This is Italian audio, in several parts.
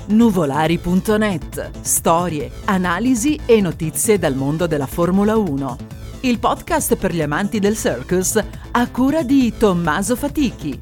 Nuvolari.net. Storie, analisi e notizie dal mondo della Formula 1. Il podcast per gli amanti del circus a cura di Tommaso Fatichi.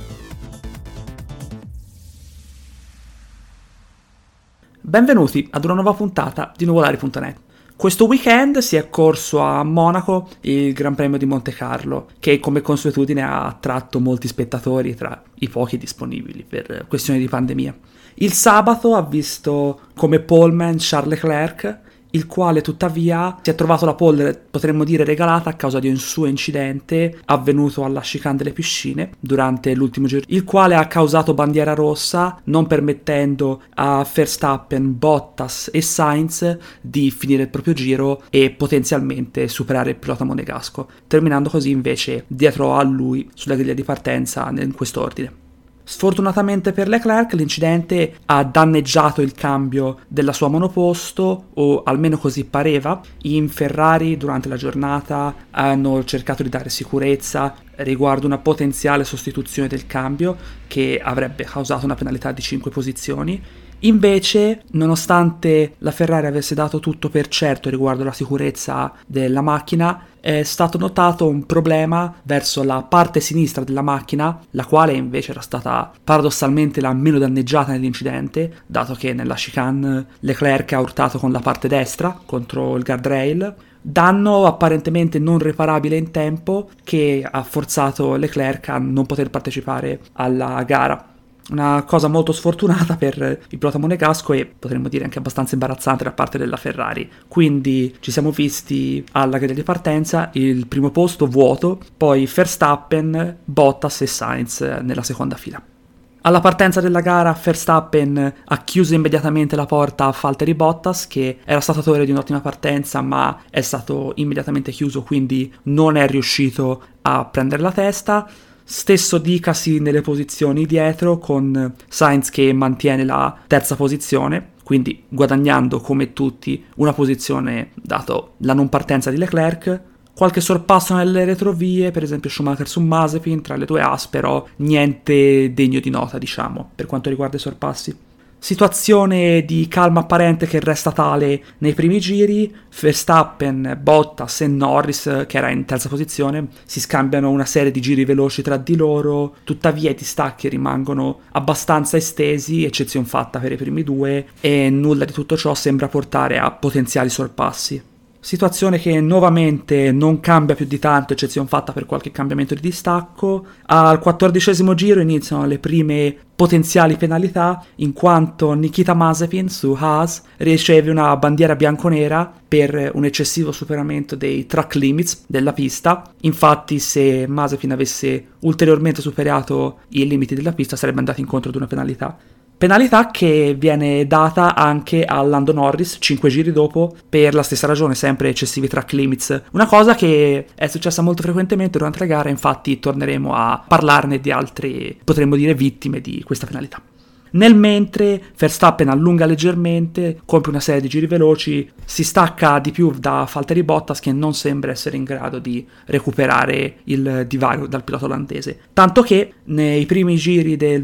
Benvenuti ad una nuova puntata di Nuvolari.net. Questo weekend si è corso a Monaco il Gran Premio di Monte Carlo, che come consuetudine ha attratto molti spettatori tra i pochi disponibili per questioni di pandemia. Il sabato ha visto come poleman Charles Leclerc, il quale tuttavia si è trovato la pole, potremmo dire, regalata a causa di un suo incidente avvenuto alla chicane delle piscine durante l'ultimo giro, il quale ha causato bandiera rossa, non permettendo a Verstappen, Bottas e Sainz di finire il proprio giro e potenzialmente superare il pilota monegasco, terminando così invece dietro a lui sulla griglia di partenza in quest'ordine. Sfortunatamente per Leclerc l'incidente ha danneggiato il cambio della sua monoposto, o almeno così pareva. In Ferrari durante la giornata hanno cercato di dare sicurezza riguardo una potenziale sostituzione del cambio che avrebbe causato una penalità di 5 posizioni. Invece, nonostante la Ferrari avesse dato tutto per certo riguardo la sicurezza della macchina, è stato notato un problema verso la parte sinistra della macchina, la quale invece era stata paradossalmente la meno danneggiata nell'incidente, dato che nella chicane Leclerc ha urtato con la parte destra contro il guardrail. Danno apparentemente non reparabile in tempo che ha forzato Leclerc a non poter partecipare alla gara. Una cosa molto sfortunata per il pilota monegasco e potremmo dire anche abbastanza imbarazzante da parte della Ferrari. Quindi ci siamo visti alla griglia di partenza il primo posto vuoto, poi Verstappen, Bottas e Sainz nella seconda fila. Alla partenza della gara Verstappen ha chiuso immediatamente la porta a Valtteri Bottas, che era stato autore di un'ottima partenza ma è stato immediatamente chiuso, quindi non è riuscito a prendere la testa. Stesso dicasi nelle posizioni dietro, con Sainz che mantiene la terza posizione, quindi guadagnando come tutti una posizione dato la non partenza di Leclerc. Qualche sorpasso nelle retrovie, per esempio Schumacher su Mazepin tra le due AS, però niente degno di nota, diciamo, per quanto riguarda i sorpassi. Situazione di calma apparente che resta tale nei primi giri. Verstappen, Bottas e Norris, che era in terza posizione, si scambiano una serie di giri veloci tra di loro, tuttavia i distacchi rimangono abbastanza estesi, eccezion fatta per i primi due, e nulla di tutto ciò sembra portare a potenziali sorpassi. Situazione che nuovamente non cambia più di tanto, eccezion fatta per qualche cambiamento di distacco. Al 14° giro iniziano le prime potenziali penalità, in quanto Nikita Mazepin su Haas riceve una bandiera bianconera per un eccessivo superamento dei track limits della pista. Infatti, se Mazepin avesse ulteriormente superato i limiti della pista sarebbe andato incontro ad una penalità. Penalità che viene data anche a Lando Norris 5 giri dopo per la stessa ragione, sempre eccessivi track limits. Una cosa che è successa molto frequentemente durante la gara, infatti torneremo a parlarne di altre, potremmo dire, vittime di questa penalità. Nel mentre Verstappen allunga leggermente, compie una serie di giri veloci, si stacca di più da Valtteri Bottas, che non sembra essere in grado di recuperare il divario dal pilota olandese, tanto che nei primi giri del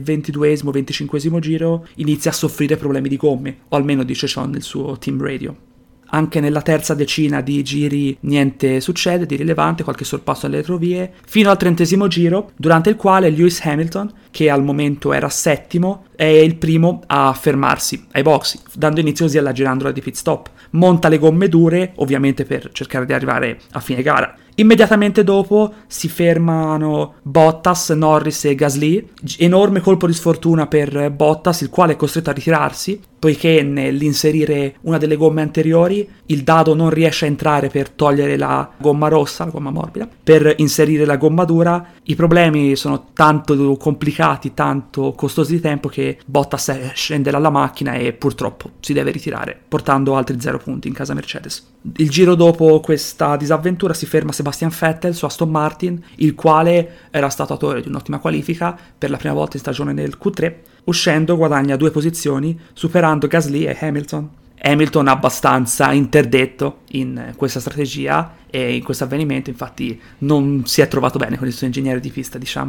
22-25 giro inizia a soffrire problemi di gomme, o almeno dice ciò nel suo team radio. Anche nella terza decina di giri niente succede di rilevante, qualche sorpasso alle retrovie, fino al 30° giro, durante il quale Lewis Hamilton, che al momento era settimo, è il primo a fermarsi ai box, dando inizio così alla girandola di pit stop. Monta le gomme dure, ovviamente per cercare di arrivare a fine gara. Immediatamente dopo si fermano Bottas, Norris e Gasly. Enorme colpo di sfortuna per Bottas, il quale è costretto a ritirarsi, poiché nell'inserire una delle gomme anteriori il dado non riesce a entrare per togliere la gomma rossa, la gomma morbida, per inserire la gomma dura. I problemi sono tanto complicati, tanto costosi di tempo, che Bottas scende dalla macchina e purtroppo si deve ritirare, portando altri 0 punti in casa Mercedes. Il giro dopo questa disavventura si ferma Sebastian Vettel su Aston Martin, il quale era stato autore di un'ottima qualifica per la prima volta in stagione nel Q3. Uscendo guadagna 2 posizioni, superando Gasly e Hamilton. Hamilton abbastanza interdetto in questa strategia e in questo avvenimento, infatti non si è trovato bene con il suo ingegnere di pista, diciamo.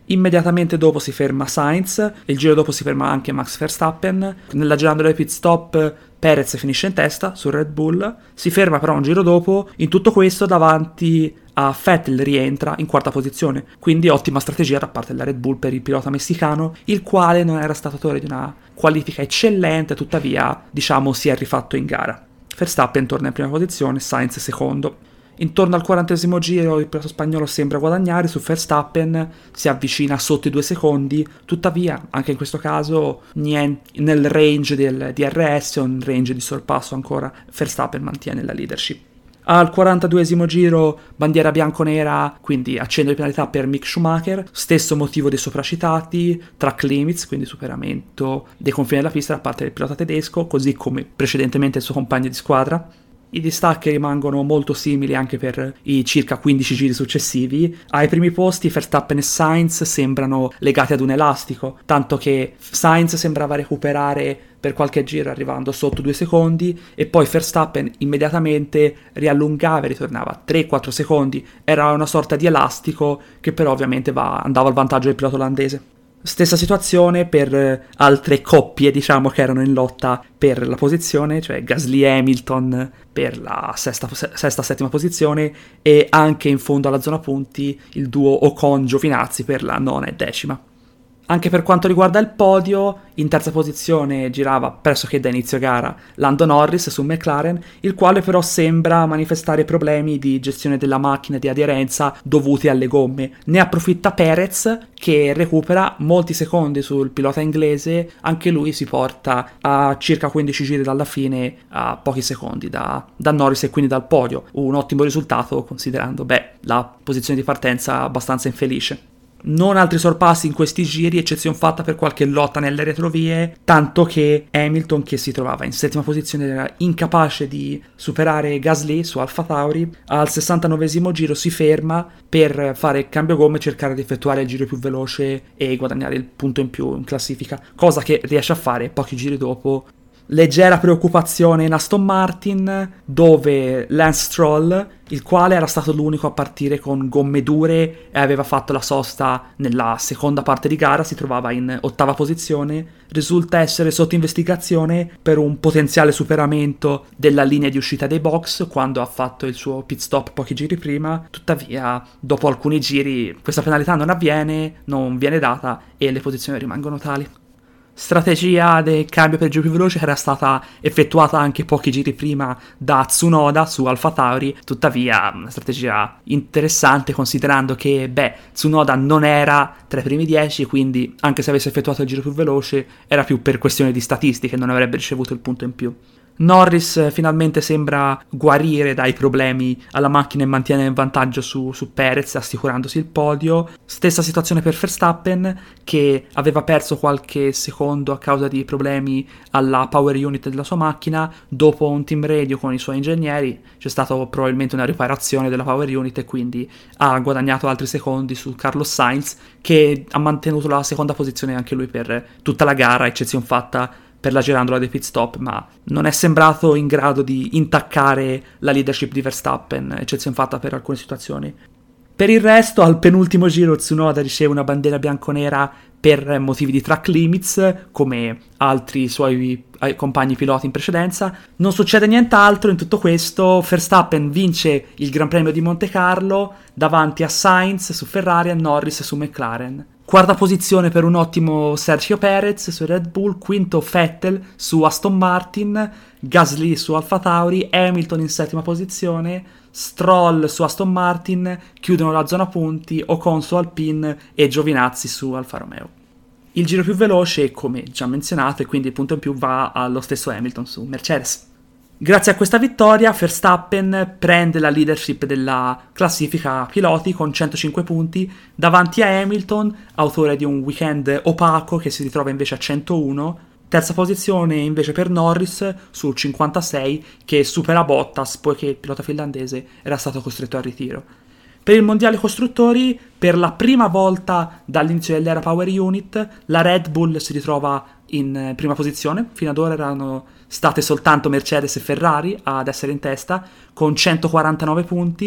Immediatamente dopo si ferma Sainz, il giro dopo si ferma anche Max Verstappen. Nella girando dei pit stop Perez finisce in testa sul Red Bull, si ferma però un giro dopo. In tutto questo davanti a Vettel rientra in quarta posizione, quindi ottima strategia da parte della Red Bull per il pilota messicano, il quale non era stato autore di una qualifica eccellente, tuttavia diciamo si è rifatto in gara. Verstappen torna in prima posizione, Sainz secondo. Intorno al 40° giro il pilota spagnolo sembra guadagnare su Verstappen, si avvicina sotto i 2 secondi, tuttavia anche in questo caso niente, nel range del DRS, un range di sorpasso ancora, Verstappen mantiene la leadership. Al 42° giro bandiera bianco-nera, quindi accende le penalità per Mick Schumacher, stesso motivo dei sopracitati, track limits, quindi superamento dei confini della pista da parte del pilota tedesco, così come precedentemente il suo compagno di squadra. I distacchi rimangono molto simili anche per i circa 15 giri successivi. Ai primi posti Verstappen e Sainz sembrano legati ad un elastico, tanto che Sainz sembrava recuperare per qualche giro arrivando sotto 2 secondi e poi Verstappen immediatamente riallungava e ritornava a 3-4 secondi. Era una sorta di elastico che però ovviamente andava al vantaggio del pilota olandese. Stessa situazione per altre coppie, diciamo, che erano in lotta per la posizione, cioè Gasly e Hamilton per la sesta-settima posizione e anche in fondo alla zona punti il duo Ocon-Giovinazzi per la 9ª e 10ª. Anche per quanto riguarda il podio, in terza posizione girava pressoché da inizio gara Lando Norris su McLaren, il quale però sembra manifestare problemi di gestione della macchina e di aderenza dovuti alle gomme. Ne approfitta Perez, che recupera molti secondi sul pilota inglese, anche lui si porta a circa 15 giri dalla fine a pochi secondi da Norris e quindi dal podio. Un ottimo risultato considerando la posizione di partenza abbastanza infelice. Non altri sorpassi in questi giri, eccezione fatta per qualche lotta nelle retrovie, tanto che Hamilton, che si trovava in settima posizione, era incapace di superare Gasly su AlphaTauri. Al 69° giro si ferma per fare il cambio gomme e cercare di effettuare il giro più veloce e guadagnare il punto in più in classifica, cosa che riesce a fare pochi giri dopo. Leggera preoccupazione in Aston Martin, dove Lance Stroll, il quale era stato l'unico a partire con gomme dure e aveva fatto la sosta nella seconda parte di gara, si trovava in 8ª posizione, risulta essere sotto investigazione per un potenziale superamento della linea di uscita dei box quando ha fatto il suo pit stop pochi giri prima. Tuttavia, dopo alcuni giri questa penalità non avviene, non viene data e le posizioni rimangono tali. Strategia del cambio per il giro più veloce che era stata effettuata anche pochi giri prima da Tsunoda su AlphaTauri, tuttavia una strategia interessante considerando che Tsunoda non era tra i primi 10, quindi anche se avesse effettuato il giro più veloce era più per questione di statistiche, non avrebbe ricevuto il punto in più. Norris finalmente sembra guarire dai problemi alla macchina e mantiene il vantaggio su Perez, assicurandosi il podio. Stessa situazione per Verstappen, che aveva perso qualche secondo a causa di problemi alla power unit della sua macchina. Dopo un team radio con i suoi ingegneri c'è stata probabilmente una riparazione della power unit e quindi ha guadagnato altri secondi su Carlos Sainz, che ha mantenuto la seconda posizione anche lui per tutta la gara, eccezione fatta per la girandola dei pit stop, ma non è sembrato in grado di intaccare la leadership di Verstappen, eccezione fatta per alcune situazioni. Per il resto, al penultimo giro Tsunoda riceve una bandiera bianconera per motivi di track limits, come altri suoi compagni piloti in precedenza. Non succede nient'altro in tutto questo. Verstappen vince il Gran Premio di Monte Carlo davanti a Sainz su Ferrari e a Norris su McLaren. Quarta posizione per un ottimo Sergio Perez su Red Bull, quinto Vettel su Aston Martin, Gasly su AlphaTauri, Hamilton in settima posizione, Stroll su Aston Martin, chiudono la zona punti Ocon su Alpine e Giovinazzi su Alfa Romeo. Il giro più veloce, come già menzionato, e quindi il punto in più va allo stesso Hamilton su Mercedes. Grazie a questa vittoria Verstappen prende la leadership della classifica piloti con 105 punti davanti a Hamilton, autore di un weekend opaco che si ritrova invece a 101. Terza posizione invece per Norris su 56, che supera Bottas poiché il pilota finlandese era stato costretto al ritiro. Per il mondiale costruttori, per la prima volta dall'inizio dell'era Power Unit, la Red Bull si ritrova in prima posizione. Fino ad ora erano state soltanto Mercedes e Ferrari ad essere in testa, con 149 punti,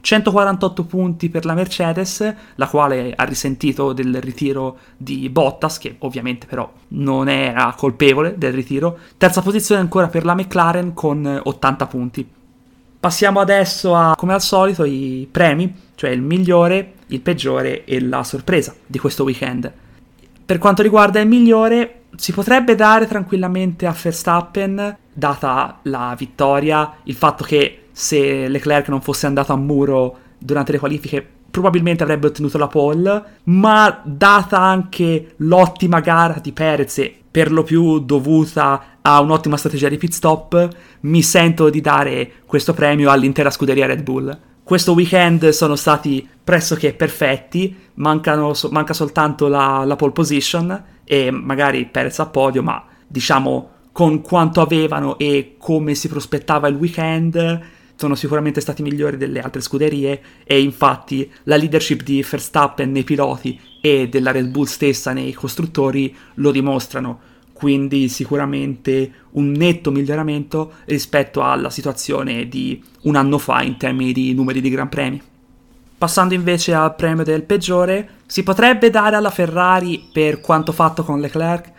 148 punti per la Mercedes, la quale ha risentito del ritiro di Bottas, che ovviamente però non era colpevole del ritiro. Terza posizione ancora per la McLaren con 80 punti. Passiamo adesso a, come al solito, i premi, cioè il migliore, il peggiore e la sorpresa di questo weekend. Per quanto riguarda il migliore, si potrebbe dare tranquillamente a Verstappen, data la vittoria, il fatto che se Leclerc non fosse andato a muro durante le qualifiche probabilmente avrebbe ottenuto la pole, ma data anche l'ottima gara di Perez e per lo più dovuta a un'ottima strategia di pit stop, mi sento di dare questo premio all'intera scuderia Red Bull. Questo weekend sono stati pressoché perfetti, manca soltanto la pole position e magari Perez a podio, ma diciamo con quanto avevano e come si prospettava il weekend sono sicuramente stati migliori delle altre scuderie, e infatti la leadership di Verstappen nei piloti e della Red Bull stessa nei costruttori lo dimostrano, quindi sicuramente un netto miglioramento rispetto alla situazione di un anno fa in termini di numeri di Gran Premi. Passando invece al premio del peggiore, si potrebbe dare alla Ferrari per quanto fatto con Leclerc,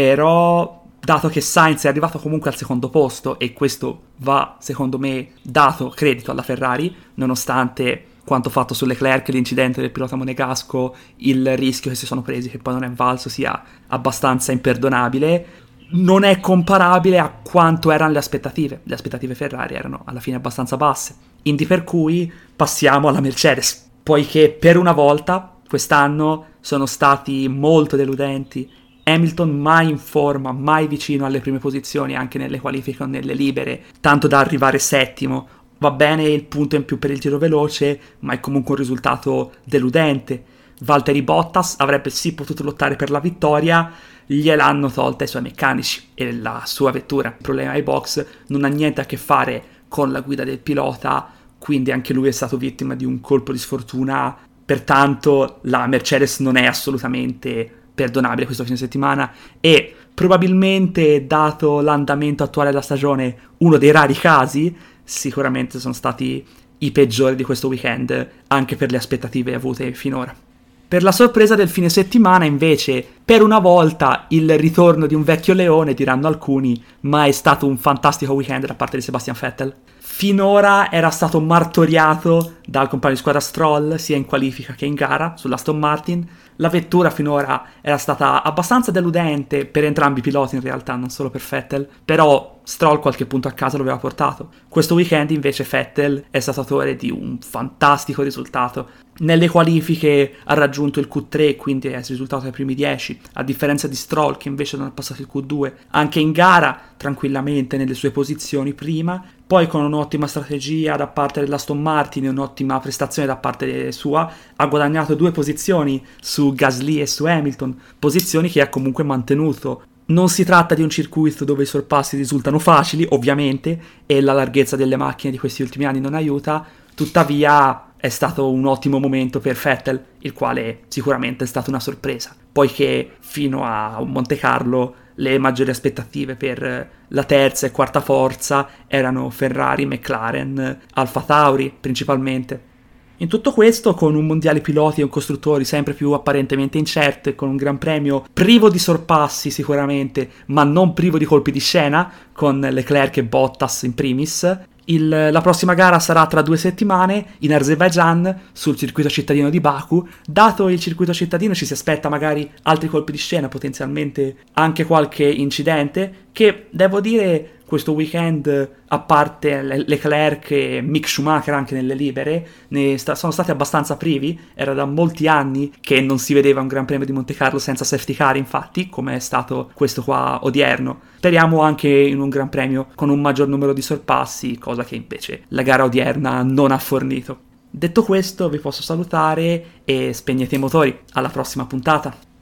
però dato che Sainz è arrivato comunque al secondo posto, e questo va, secondo me, dato credito alla Ferrari, nonostante quanto fatto su Leclerc, l'incidente del pilota monegasco, il rischio che si sono presi, che poi non è valso, sia abbastanza imperdonabile, non è comparabile a quanto erano le aspettative. Le aspettative Ferrari erano alla fine abbastanza basse. Indi per cui passiamo alla Mercedes, poiché per una volta quest'anno sono stati molto deludenti. Hamilton mai in forma, mai vicino alle prime posizioni anche nelle qualifiche o nelle libere, tanto da arrivare settimo. Va bene il punto in più per il giro veloce, ma è comunque un risultato deludente. Valtteri Bottas avrebbe sì potuto lottare per la vittoria, gliel'hanno tolta i suoi meccanici e la sua vettura. Il problema ai box non ha niente a che fare con la guida del pilota, quindi anche lui è stato vittima di un colpo di sfortuna, pertanto la Mercedes non è assolutamente perdonabile questo fine settimana, e probabilmente, dato l'andamento attuale della stagione, uno dei rari casi, sicuramente sono stati i peggiori di questo weekend, anche per le aspettative avute finora. Per la sorpresa del fine settimana, invece, per una volta il ritorno di un vecchio leone, diranno alcuni, ma è stato un fantastico weekend da parte di Sebastian Vettel. Finora era stato martoriato dal compagno di squadra Stroll, sia in qualifica che in gara, sull'Aston Martin. La vettura finora era stata abbastanza deludente per entrambi i piloti, in realtà, non solo per Vettel, però Stroll qualche punto a casa lo aveva portato. Questo weekend invece Vettel è stato autore di un fantastico risultato. Nelle qualifiche ha raggiunto il Q3, quindi è risultato ai primi 10, a differenza di Stroll che invece non ha passato il Q2. Anche in gara, tranquillamente nelle sue posizioni prima, poi con un'ottima strategia da parte dell'Aston Martin e un'ottima prestazione da parte sua, ha guadagnato 2 posizioni su Gasly e su Hamilton, posizioni che ha comunque mantenuto. Non si tratta di un circuito dove i sorpassi risultano facili, ovviamente, e la larghezza delle macchine di questi ultimi anni non aiuta, tuttavia è stato un ottimo momento per Vettel, il quale sicuramente è stata una sorpresa, poiché fino a Monte Carlo le maggiori aspettative per la terza e quarta forza erano Ferrari, McLaren, Alfa Tauri principalmente. In tutto questo, con un mondiale piloti e un costruttori sempre più apparentemente incerto e con un gran premio privo di sorpassi sicuramente, ma non privo di colpi di scena, con Leclerc e Bottas in primis, la prossima gara sarà tra 2 settimane in Azerbaijan sul circuito cittadino di Baku. Dato il circuito cittadino ci si aspetta magari altri colpi di scena, potenzialmente anche qualche incidente, che devo dire questo weekend, a parte Leclerc e Mick Schumacher anche nelle libere, sono stati abbastanza privi. Era da molti anni che non si vedeva un Gran Premio di Monte Carlo senza safety car, infatti, come è stato questo qua odierno. Speriamo anche in un Gran Premio con un maggior numero di sorpassi, cosa che invece la gara odierna non ha fornito. Detto questo, vi posso salutare e spegnete i motori. Alla prossima puntata.